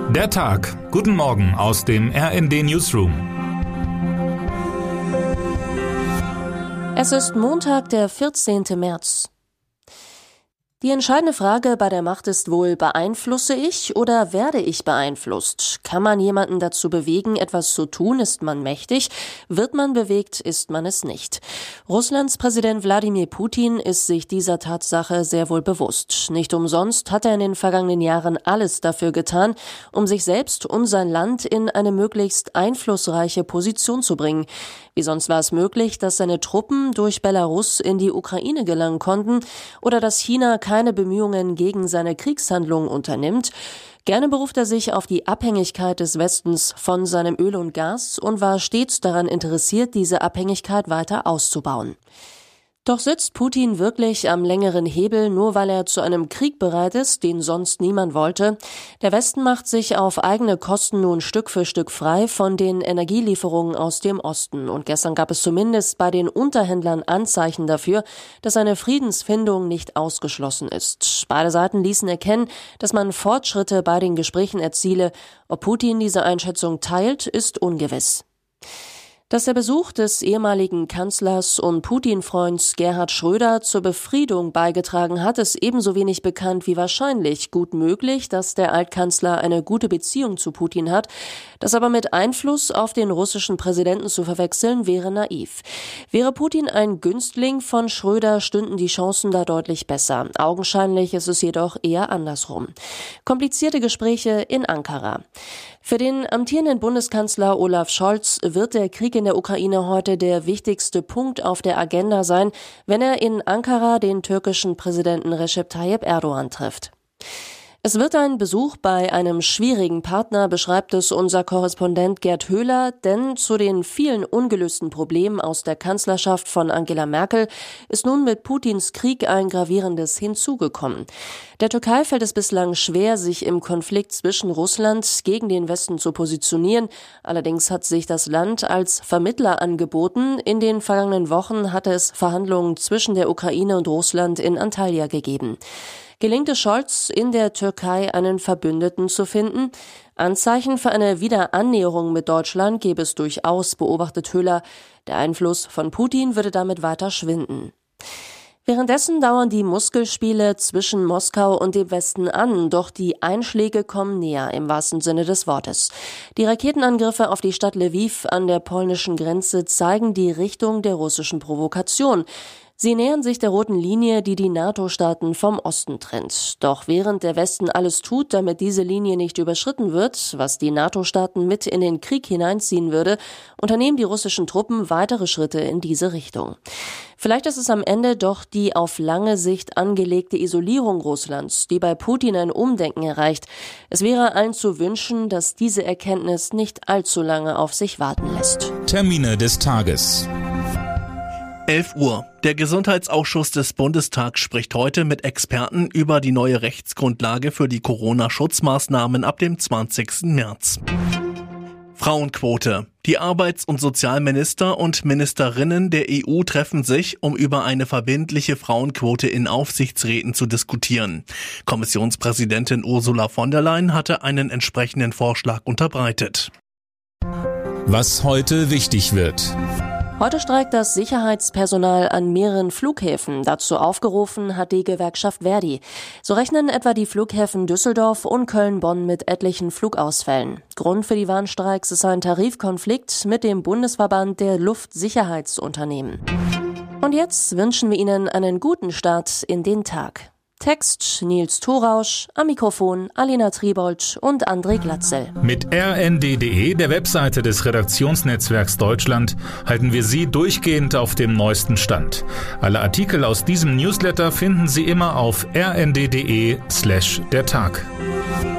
Der Tag. Guten Morgen aus dem RND Newsroom. Es ist Montag, der 14. März. Die entscheidende Frage bei der Macht ist wohl, beeinflusse ich oder werde ich beeinflusst? Kann man jemanden dazu bewegen, etwas zu tun, ist man mächtig? Wird man bewegt, ist man es nicht? Russlands Präsident Wladimir Putin ist sich dieser Tatsache sehr wohl bewusst. Nicht umsonst hat er in den vergangenen Jahren alles dafür getan, um sich selbst und sein Land in eine möglichst einflussreiche Position zu bringen. Wie sonst war es möglich, dass seine Truppen durch Belarus in die Ukraine gelangen konnten oder dass China keine Bemühungen gegen seine Kriegshandlungen unternimmt. Gerne beruft er sich auf die Abhängigkeit des Westens von seinem Öl und Gas und war stets daran interessiert, diese Abhängigkeit weiter auszubauen. Doch sitzt Putin wirklich am längeren Hebel, nur weil er zu einem Krieg bereit ist, den sonst niemand wollte? Der Westen macht sich auf eigene Kosten nun Stück für Stück frei von den Energielieferungen aus dem Osten. Und gestern gab es zumindest bei den Unterhändlern Anzeichen dafür, dass eine Friedensfindung nicht ausgeschlossen ist. Beide Seiten ließen erkennen, dass man Fortschritte bei den Gesprächen erziele. Ob Putin diese Einschätzung teilt, ist ungewiss. Dass der Besuch des ehemaligen Kanzlers und Putin-Freunds Gerhard Schröder zur Befriedung beigetragen hat, ist ebenso wenig bekannt wie wahrscheinlich. Gut möglich, dass der Altkanzler eine gute Beziehung zu Putin hat. Das aber mit Einfluss auf den russischen Präsidenten zu verwechseln, wäre naiv. Wäre Putin ein Günstling von Schröder, stünden die Chancen da deutlich besser. Augenscheinlich ist es jedoch eher andersrum. Komplizierte Gespräche in Ankara. Für den amtierenden Bundeskanzler Olaf Scholz wird der Krieg in der Ukraine heute der wichtigste Punkt auf der Agenda sein, wenn er in Ankara den türkischen Präsidenten Recep Tayyip Erdogan trifft. Es wird ein Besuch bei einem schwierigen Partner, beschreibt es unser Korrespondent Gerd Höhler, denn zu den vielen ungelösten Problemen aus der Kanzlerschaft von Angela Merkel ist nun mit Putins Krieg ein gravierendes hinzugekommen. Der Türkei fällt es bislang schwer, sich im Konflikt zwischen Russland gegen den Westen zu positionieren. Allerdings hat sich das Land als Vermittler angeboten. In den vergangenen Wochen hatte es Verhandlungen zwischen der Ukraine und Russland in Antalya gegeben. Gelingt es Scholz, in der Türkei einen Verbündeten zu finden? Anzeichen für eine Wiederannäherung mit Deutschland gäbe es durchaus, beobachtet Höhler. Der Einfluss von Putin würde damit weiter schwinden. Währenddessen dauern die Muskelspiele zwischen Moskau und dem Westen an, doch die Einschläge kommen näher, im wahrsten Sinne des Wortes. Die Raketenangriffe auf die Stadt Lviv an der polnischen Grenze zeigen die Richtung der russischen Provokation. Sie nähern sich der roten Linie, die die NATO-Staaten vom Osten trennt. Doch während der Westen alles tut, damit diese Linie nicht überschritten wird, was die NATO-Staaten mit in den Krieg hineinziehen würde, unternehmen die russischen Truppen weitere Schritte in diese Richtung. Vielleicht ist es am Ende doch die auf lange Sicht angelegte Isolierung Russlands, die bei Putin ein Umdenken erreicht. Es wäre allen zu wünschen, dass diese Erkenntnis nicht allzu lange auf sich warten lässt. Termine des Tages. 11 Uhr. Der Gesundheitsausschuss des Bundestags spricht heute mit Experten über die neue Rechtsgrundlage für die Corona-Schutzmaßnahmen ab dem 20. März. Frauenquote. Die Arbeits- und Sozialminister und Ministerinnen der EU treffen sich, um über eine verbindliche Frauenquote in Aufsichtsräten zu diskutieren. Kommissionspräsidentin Ursula von der Leyen hatte einen entsprechenden Vorschlag unterbreitet. Was heute wichtig wird. Heute streikt das Sicherheitspersonal an mehreren Flughäfen. Dazu aufgerufen hat die Gewerkschaft Verdi. So rechnen etwa die Flughäfen Düsseldorf und Köln-Bonn mit etlichen Flugausfällen. Grund für die Warnstreiks ist ein Tarifkonflikt mit dem Bundesverband der Luftsicherheitsunternehmen. Und jetzt wünschen wir Ihnen einen guten Start in den Tag. Text Nils Thorausch, am Mikrofon Alina Tribold und André Glatzel. Mit rnd.de, der Webseite des Redaktionsnetzwerks Deutschland, halten wir Sie durchgehend auf dem neuesten Stand. Alle Artikel aus diesem Newsletter finden Sie immer auf rnd.de/dertag.